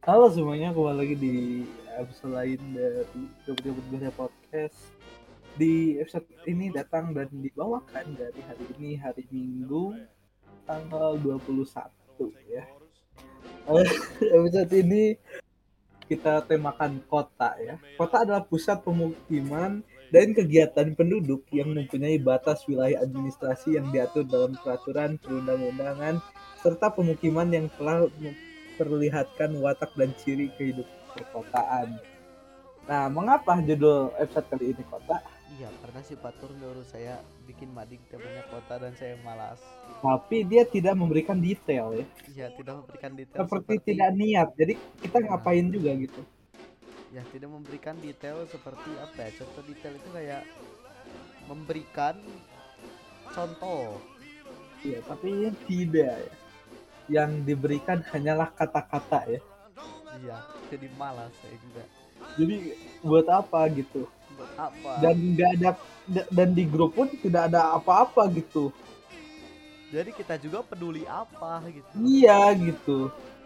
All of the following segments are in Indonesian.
Halo semuanya, kembali lagi di episode lain dari Gabut-Gabut Gurya Podcast. Di episode ini datang dan dibawakan dari hari ini, hari Minggu, tanggal 21 ya. Episode ini kita temakan kota ya. Kota adalah pusat pemukiman dan kegiatan penduduk yang mempunyai batas wilayah administrasi yang diatur dalam peraturan perundang-undangan serta pemukiman yang telah memperlihatkan watak dan ciri kehidupan perkotaan. Nah, mengapa judul episode kali ini kota? Iya, karena si Patur nyuruh saya bikin mading temanya kota dan saya malas. Tapi dia tidak memberikan detail ya. Iya, tidak memberikan detail Seperti seperti tidak niat. Jadi kita ya, ngapain juga gitu. ya tidak memberikan detail seperti apa ya? Contoh detail itu kayak memberikan contoh. Iya, tapi tidak ya. Yang diberikan hanyalah kata-kata ya. Iya, jadi malas saya juga. Jadi buat apa gitu? Buat apa? Dan nggak ada dan di grup pun tidak ada apa-apa gitu. Jadi kita juga peduli apa gitu. Iya gitu.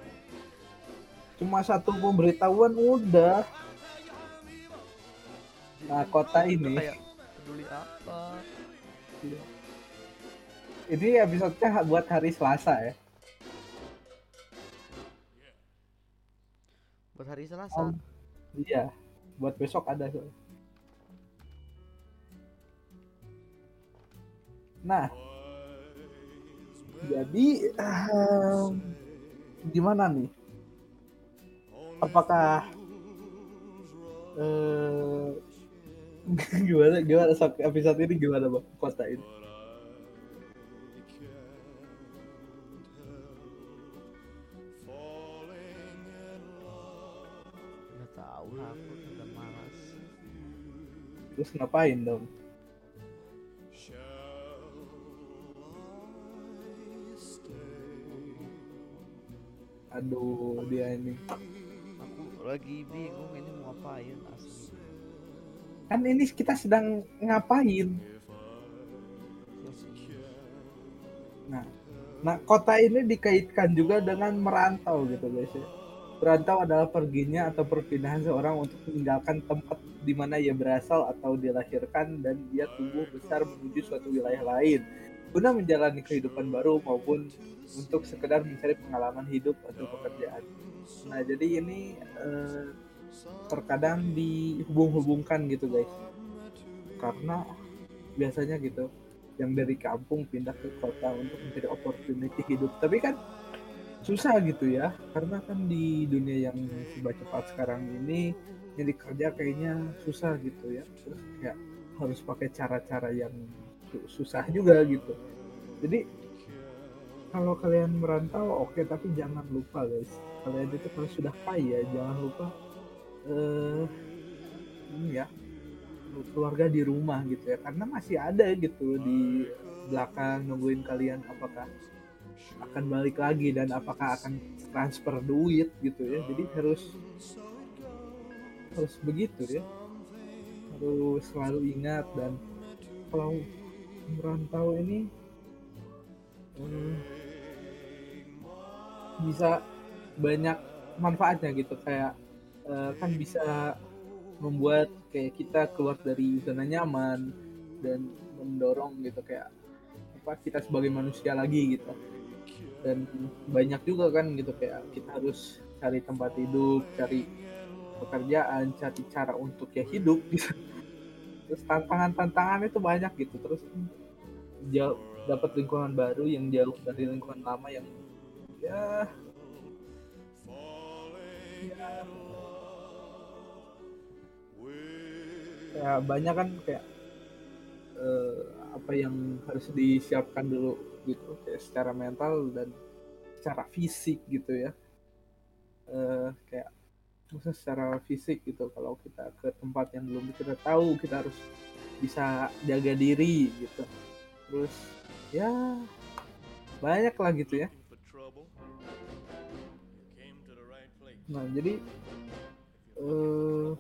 Cuma satu pemberitahuan udah. Jadi Nah, kan kota kita juga ini kayak peduli apa? ini episode-nya buat hari Selasa ya. Buat hari Selasa. Iya, buat besok ada. Nah, jadi gimana nih? Apakah eh, gimana gimana episode ini gimana bang kota ini? Nggak tahu lah, aku udah malas. Terus ngapain dong? Aduh, dia ini. Aku lagi bingung ini mau ngapain asli. Kan ini kita sedang ngapain? Ya sih. Nah, nah kota ini dikaitkan juga dengan merantau gitu guys ya. Merantau adalah perginya atau perpindahan seorang untuk meninggalkan tempat di mana ia berasal atau dilahirkan dan ia tumbuh besar menuju suatu wilayah lain guna menjalani kehidupan baru maupun untuk sekedar mencari pengalaman hidup atau pekerjaan. Nah, jadi ini terkadang dihubung-hubungkan gitu guys. Karena biasanya gitu yang dari kampung pindah ke kota untuk mencari opportunity hidup. Tapi kan susah gitu ya, karena kan di dunia yang serba cepat sekarang ini nyari kerja kayaknya susah gitu ya. Terus kayak harus pakai cara-cara yang susah juga gitu. Jadi kalau kalian merantau oke, tapi jangan lupa guys, kalian itu kalau sudah kaya jangan lupa eh ini ya, keluarga di rumah gitu ya, karena masih ada gitu di belakang nungguin kalian apakah akan balik lagi dan apakah akan transfer duit gitu ya. Jadi harus begitu ya, harus selalu ingat. Dan kalau merantau ini hmm, bisa banyak manfaatnya gitu, kayak kan bisa membuat kayak kita keluar dari zona nyaman dan mendorong gitu kayak apa kita sebagai manusia lagi gitu. Dan banyak juga kan gitu kayak kita harus cari tempat hidup, cari pekerjaan, cari cara untuk ya hidup gitu. Terus tantangan-tantangan itu banyak gitu. Terus jauh dapat lingkungan baru yang jauh dari lingkungan lama yang ya, ya, ya banyak kan kayak eh, apa yang harus disiapkan dulu gitu kayak secara mental dan secara fisik gitu ya. Kayak maksudnya secara fisik gitu, kalau kita ke tempat yang belum kita tahu kita harus bisa jaga diri gitu. Terus ya banyak lah gitu ya. Nah jadi eh,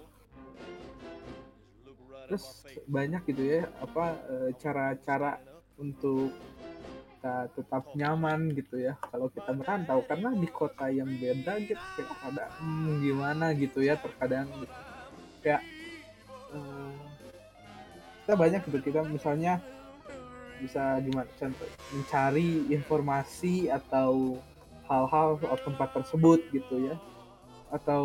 terus banyak gitu ya apa cara-cara untuk kita tetap nyaman gitu ya kalau kita merantau, karena di kota yang beda gitu kayak ada gimana gitu ya terkadang gitu kayak eh, kita banyak gitu, kita misalnya bisa gimana contoh mencari informasi atau hal-hal soal tempat tersebut gitu ya, atau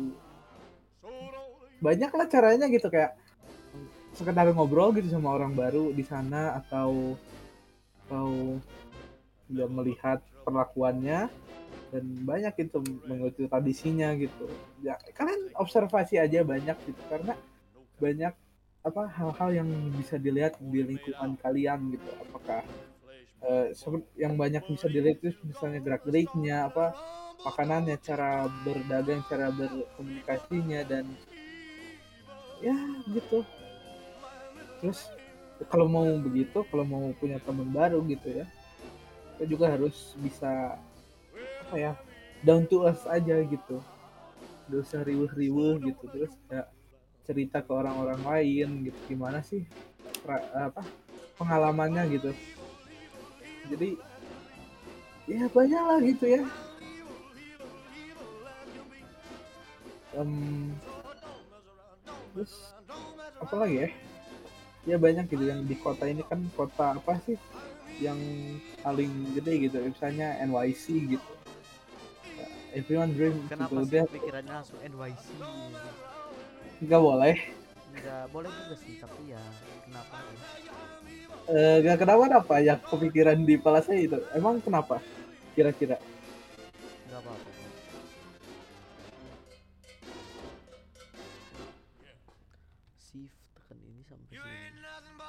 banyak lah caranya gitu kayak sekedar ngobrol gitu sama orang baru di sana, atau ya melihat perlakuannya, dan banyak itu mengikuti tradisinya gitu ya. Kalian observasi aja banyak gitu, karena banyak apa hal-hal yang bisa dilihat di lingkungan kalian gitu, apakah yang banyak bisa dilihat itu misalnya gerak geriknya apa, makanannya, cara berdagang, cara berkomunikasinya, dan ya gitu. Terus kalau mau begitu, kalau mau punya teman baru gitu ya, kita juga harus bisa apa ya, down to earth aja gitu, gak usah riweh-riweh gitu. Terus kayak cerita ke orang-orang lain gitu gimana sih apa pengalamannya gitu. Jadi ya banyak lah gitu ya. Em, terus apa lagi ya, ya banyak gitu yang di kota ini kan. Kota apa sih yang paling gede gitu misalnya NYC gitu, everyone dream to Kenapa go sih there. kepikirannya langsung NYC gitu? Nggak boleh. Nggak boleh juga sih, tapi ya kenapa ya? Nggak kenapa-napa yang kepikiran di kepala saya itu, emang kenapa kira-kira? Nggak apa-apa kok. Shift tekan ini sampai sini.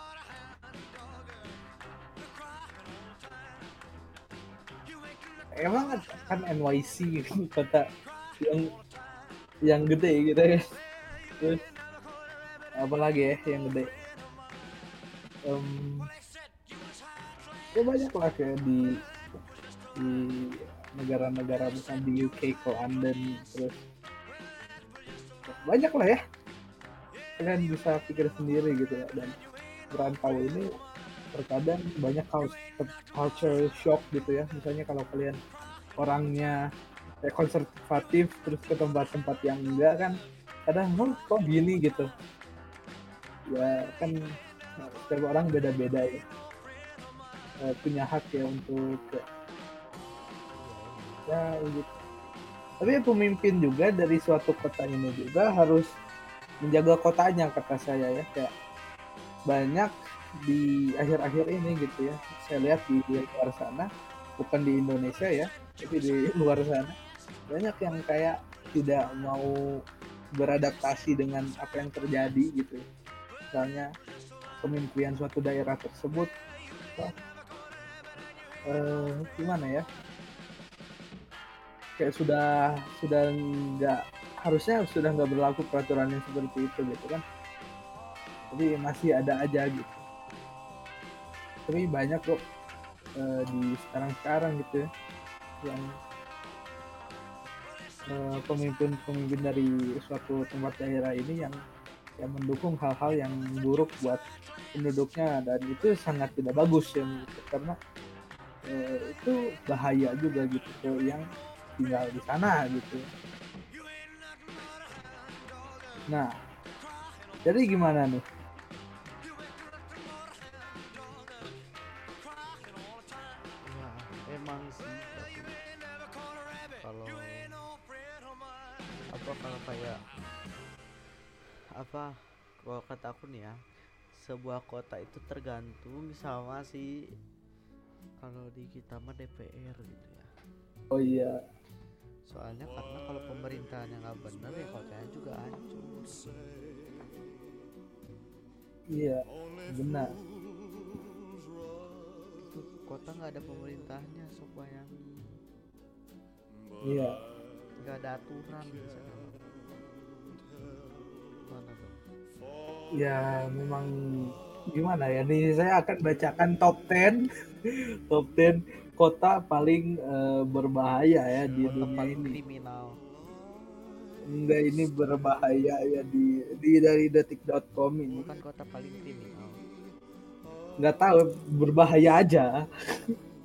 Emang kan NYC kota yang gede gitu ya. Terus apa lagi ya yang gede? Em, ya banyak lah kayak di negara-negara misalnya di UK ke London. Terus banyak lah ya, kalian bisa pikir sendiri gitu ya. Dan merantau ini terkadang banyak culture shock gitu ya, misalnya kalau kalian orangnya kayak konservatif terus ke tempat-tempat yang enggak kan, kadang kok gini gitu ya kan. Setiap orang beda-beda ya, punya hak ya untuk ya gitu. Tapi pemimpin juga dari suatu kota ini juga harus menjaga kotanya kata saya ya. Kayak banyak di akhir-akhir ini gitu ya, saya lihat di luar sana, bukan di Indonesia ya, tapi di luar sana banyak yang kayak tidak mau beradaptasi dengan apa yang terjadi gitu. Misalnya pemimpinan suatu daerah tersebut gimana ya, kayak sudah nggak, harusnya sudah nggak berlaku peraturan yang seperti itu gitu kan, tapi masih ada aja gitu. Tapi banyak kok di sekarang gitu ya, yang pemimpin-pemimpin dari suatu tempat daerah ini yang mendukung hal-hal yang buruk buat penduduknya, dan itu sangat tidak bagus ya gitu. Karena itu bahaya juga gitu ke yang tinggal di sana gitu. Nah, jadi gimana nih? Ya emang sih, tapi kalau kalau kayak apa, kalau kata aku nih ya, sebuah kota itu tergantung sama si, kalau di kita mah DPR gitu ya. Oh iya, Soalnya karena kalau pemerintahannya nggak bener ya kotanya juga hancur. iya benar. Itu kota nggak ada pemerintahnya, sok bayangin. Iya, Nggak ada aturan di sana. Mana tuh? ya memang gimana ya. Nih saya akan bacakan top 10 top 10 kota paling berbahaya ya di Kota dunia paling ini. kriminal. Enggak, ini berbahaya ya di dari detik.com ini. Bukan kota paling kriminal. Nggak tahu, berbahaya aja.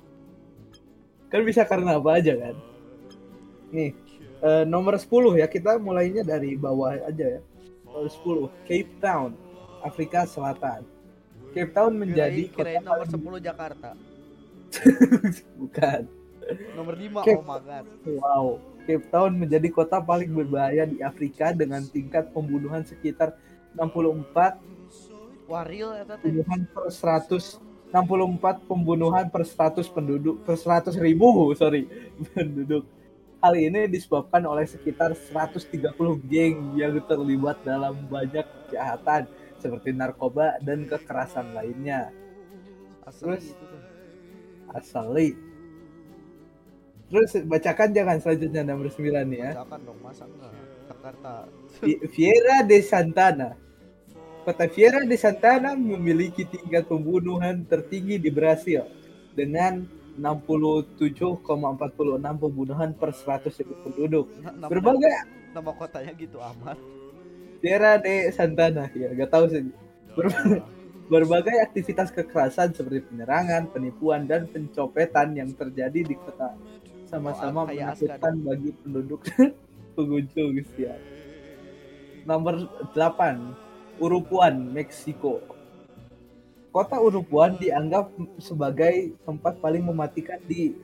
Kan bisa karena apa aja kan. Nih, nomor 10 ya, kita mulainya dari bawah aja ya. Nomor 10, Cape Town, Afrika Selatan. Cape Town menjadi kota Kirain nomor paling 10 Jakarta. bukan. Nomor 5 Cape, oh my god. wow. Cape Town menjadi kota paling berbahaya di Afrika dengan tingkat pembunuhan sekitar 64 Waril eta teh. pembunuhan per 164 pembunuhan per 100 penduduk per 100 ribu penduduk. Hal ini disebabkan oleh sekitar 130 geng yang terlibat dalam banyak kejahatan seperti narkoba dan kekerasan lainnya. Asli Terus itu tuh. asli. Terus bacakan jangan selanjutnya nomor 9 nih ya. Bacakan dong, masa enggak? Jakarta. Fiera de Santana. Kota Fiera de Santana memiliki tingkat pembunuhan tertinggi di Brasil dengan 67,46 pembunuhan per 100.000 penduduk. Berbagai nama kotanya gitu amat. Fiera de Santana ya, gak tahu sih. Berbagai aktivitas kekerasan seperti penyerangan, penipuan, dan pencopetan yang terjadi di kota sama-sama menakutkan bagi penduduk pengunjung ya. Nomor 8, Urupuan, Meksiko. Kota Urupuan dianggap sebagai tempat paling mematikan di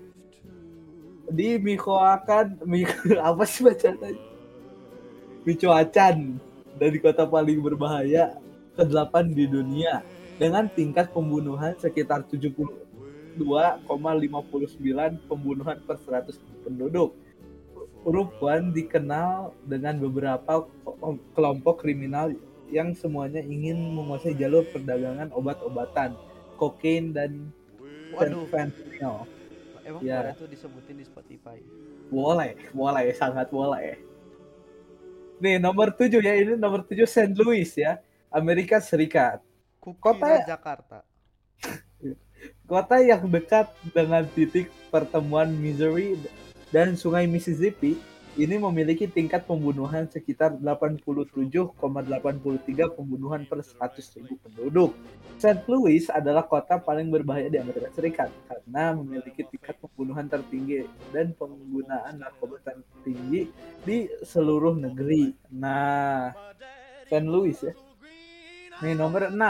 Michoacan, apa sih bacanya? Michoacan, dari kota paling berbahaya ke-8 di dunia dengan tingkat pembunuhan sekitar 72,59 pembunuhan per 100 penduduk. Uruguay dikenal dengan beberapa kelompok kriminal yang semuanya ingin menguasai jalur perdagangan obat-obatan, kokain dan fentanyl. Emang boleh tuh disebutin di Spotify? Boleh, sangat boleh. Nih nomor 7 ya, ini nomor 7 St. Louis ya, Amerika Serikat. Kota Jakarta. Kota yang dekat dengan titik pertemuan Missouri dan Sungai Mississippi ini memiliki tingkat pembunuhan sekitar 87,83 pembunuhan per 100.000 penduduk. St. Louis adalah kota paling berbahaya di Amerika Serikat karena memiliki tingkat pembunuhan tertinggi dan penggunaan narkoba tertinggi di seluruh negeri. Nah, St. Louis ya. Nih nomor 6,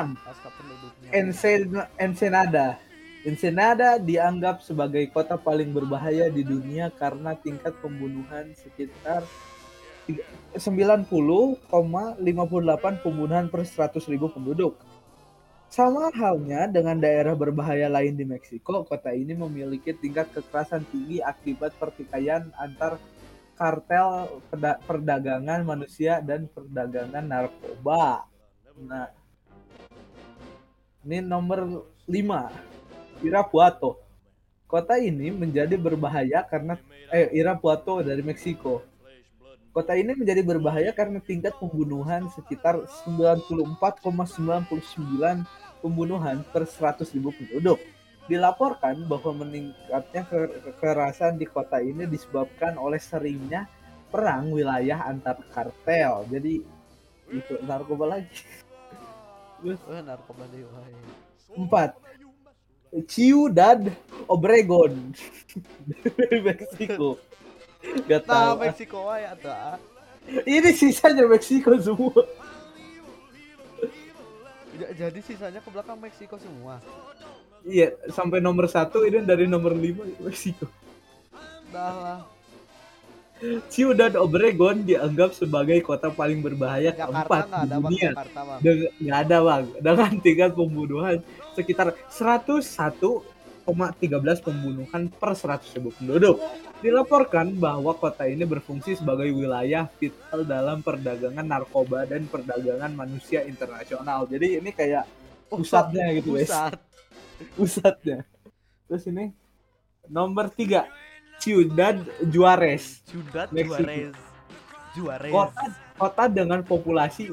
Ensenada. Ensenada dianggap sebagai kota paling berbahaya di dunia karena tingkat pembunuhan sekitar 90,58 pembunuhan per 100.000 penduduk. Sama halnya dengan daerah berbahaya lain di Meksiko, kota ini memiliki tingkat kekerasan tinggi akibat pertikaian antar kartel perdagangan manusia dan perdagangan narkoba. Nah, ini nomor 5. Irapuato. Kota ini menjadi berbahaya karena Irapuato dari Meksiko. Kota ini menjadi berbahaya karena tingkat pembunuhan sekitar 94,99 pembunuhan per 100.000 penduduk. Dilaporkan bahwa meningkatnya kekerasan di kota ini disebabkan oleh seringnya perang wilayah antar kartel. Jadi itu narkoba lagi. Narkoba deh. 4. Ciudad Obregón dari Meksiko. Gak tahu. Meksiko ya ta. Ini sisanya Meksiko semua. Jadi sisanya ke belakang Meksiko semua. Iya, sampai nomor 1 ini dari nomor 5 Meksiko. Dah lah. Ciudad Obregón dianggap sebagai kota paling berbahaya keempat di dunia. Nggak ada bang, dengan tingkat pembunuhan sekitar 101,13 pembunuhan per 100.000 penduduk. Dilaporkan bahwa kota ini berfungsi sebagai wilayah vital dalam perdagangan narkoba dan perdagangan manusia internasional. Jadi ini kayak pusatnya gitu guys. Pusatnya. Terus ini nomor 3. Ciudad Juarez. Kota dengan populasi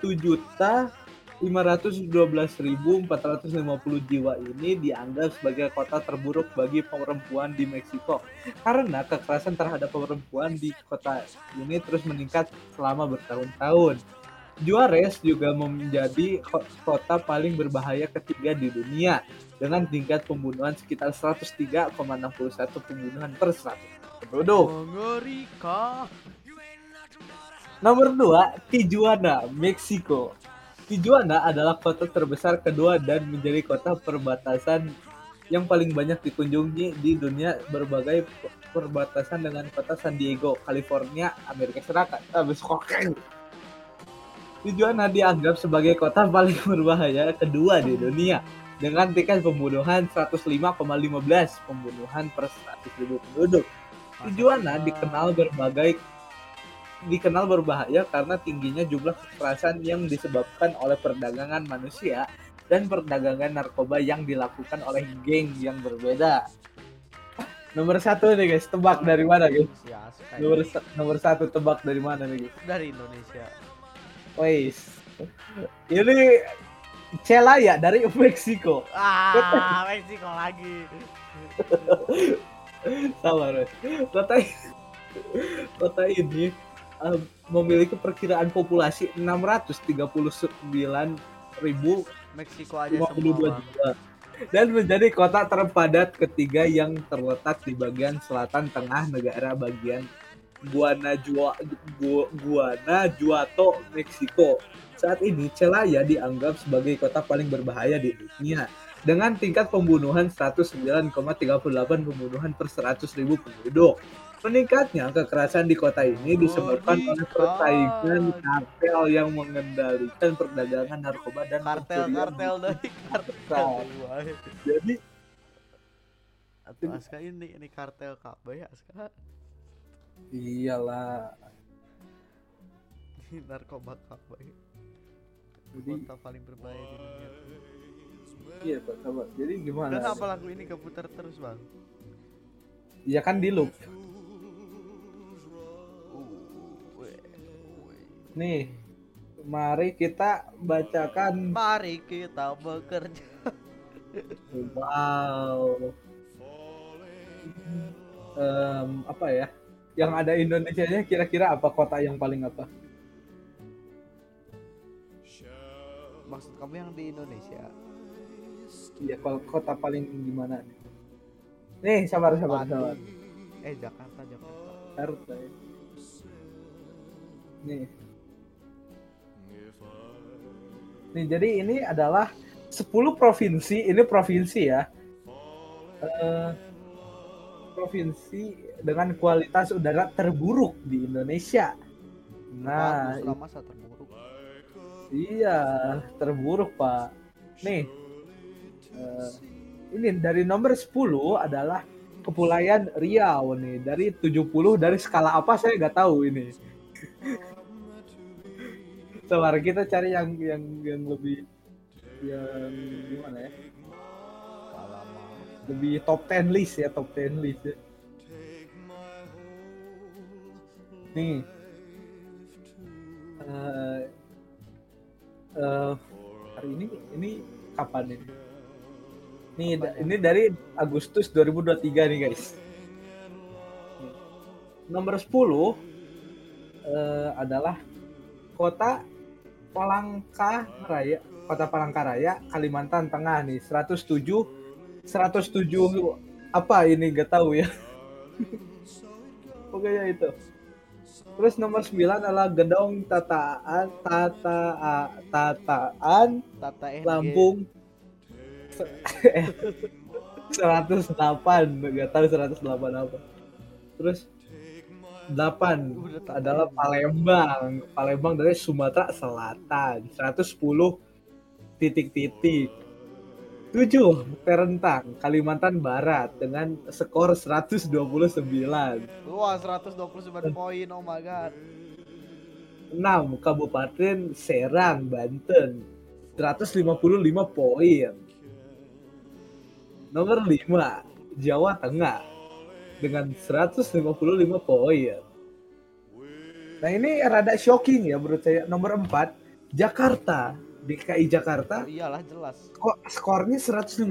1.512.450 jiwa ini dianggap sebagai kota terburuk bagi perempuan di Meksiko karena kekerasan terhadap perempuan di kota ini terus meningkat selama bertahun-tahun. Juarez juga menjadi kota paling berbahaya ketiga di dunia dengan tingkat pembunuhan sekitar 103,61 pembunuhan per 100 penduduk. Mengerikan. Nomor 2, Tijuana, Meksiko. Tijuana adalah kota terbesar kedua dan menjadi kota perbatasan yang paling banyak dikunjungi di dunia, berbagai perbatasan dengan kota San Diego, California, Amerika Serikat. Tijuana dianggap sebagai kota paling berbahaya kedua di dunia dengan tingkat pembunuhan 105,15 pembunuhan per 100.000 penduduk. Tijuana dikenal berbahaya karena tingginya jumlah kekerasan yang disebabkan oleh perdagangan manusia dan perdagangan narkoba yang dilakukan oleh geng yang berbeda. Nomor 1 nih guys, tebak dari mana guys? Ya, Nomor 1 tebak dari mana nih guys? dari Indonesia. Wais, ini Celaya dari Meksiko. Meksiko lagi. Sabar, kota ini memiliki perkiraan populasi 639.052 Meksiko aja semua. jiwa dan menjadi kota terpadat ketiga yang terletak di bagian selatan tengah negara bagian Guanajuato, Meksiko. Saat ini Celaya dianggap sebagai kota paling berbahaya di dunia dengan tingkat pembunuhan 109,38 pembunuhan per 100.000 penduduk. Meningkatnya kekerasan di kota ini disebabkan oleh persaingan kartel yang mengendalikan perdagangan narkoba dan kartel. Jadi atau Aska ini kartel KB ya Aska. Iyalah. Narkoba KB. Jadi, kota paling berbahaya di dunia. Iya Pak, sabar. Jadi gimana? Kenapa lagu ini keputar terus bang? Ya kan di loop. Nih, mari kita bacakan. Mari kita bekerja. Wow. Apa ya? Yang ada Indonesianya kira-kira apa kota yang paling apa? Maksud kamu yang di Indonesia? Iya, kalau kota paling gimana? Nih, sabar. Jakarta. Jakarta ya. Nih, jadi ini adalah 10 provinsi, ini provinsi ya. Provinsi dengan kualitas udara terburuk di Indonesia. Nah, masa terburuk. Iya, terburuk Pak. Nih, ini dari nomor 10 adalah Kepulauan Riau nih. Dari 70 dari skala apa saya nggak tahu ini. Sebentar kita cari yang lebih yang gimana ya? Lebih top 10 list ya. Nih. Hari ini kapan ini? Ini dari Agustus 2023 nih guys. Nomor 10 adalah Kota Palangkaraya, Kalimantan Tengah nih. 107 apa ini nggak tahu ya. Pokoknya itu. Terus nomor 9 adalah Gedong Tataan Lampung 108, nggak tahu 108 apa. Terus 8 adalah Palembang dari Sumatera Selatan 110 titik. 7 Terentang Kalimantan Barat dengan skor 129. Wah, 129 poin, oh my god. 6 Kabupaten Serang Banten 155 poin. Nomor 5 Jawa Tengah dengan 155 poin. Nah, ini rada shocking ya menurut saya. Nomor 4 Jakarta, DKI Jakarta. Oh, iyalah jelas. Skornya 155%.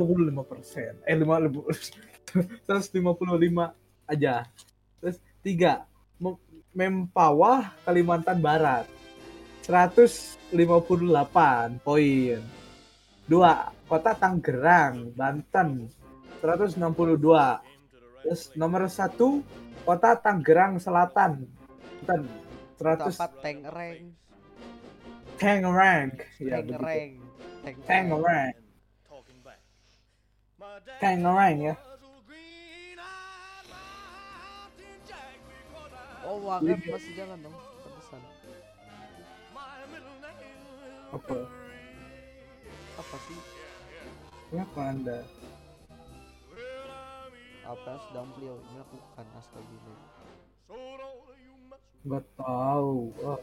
155 aja. Terus 3 Mempawah Kalimantan Barat 158 poin. 2. Kota Tangerang, Banten 162. Terus nomor 1 Kota Tangerang Selatan, Banten Itu apa? 100. Tangerang. Tangerang. Ya begitu. Tangerang. Tangerang. Tangerang ya. Oh, Wangan masih jalan dong. Pantesan. Apa? Apa sih? Kenapa Anda? Apa yang sedang beliau melakukan astagfirullah? Nggak tahu. Oh.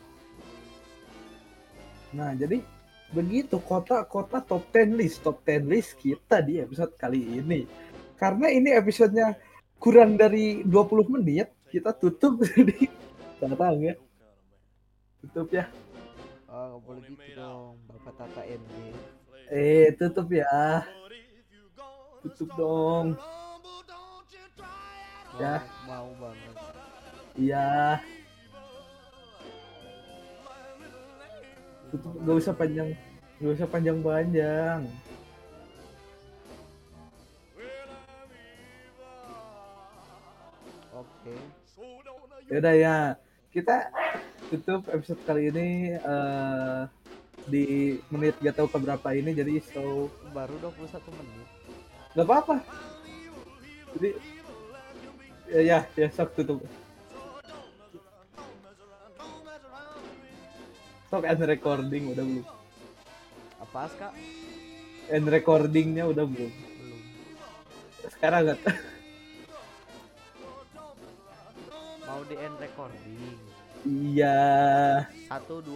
Nah, jadi begitu kota-kota top 10 list kita di episode kali ini. Karena ini episodenya kurang dari 20 menit, kita tutup jadi sekarang ya. Tutup ya. Oh, nggak boleh gitu dong, Bapak Tata NG. Tutup ya. Tutup dong. Ya. Mau banget. Iya. Tutup, gak usah panjang-panjang. Oke. Yaudah ya, kita tutup episode kali ini di menit gak tahu keberapa ini, jadi Baru 21 menit. Gak apa-apa. Jadi ya sok tutup. Sok end recording udah belum? Apa Aska? End recordingnya udah belum? Belum. Sekarang gak? Mau di end recording. Iya. 1, 2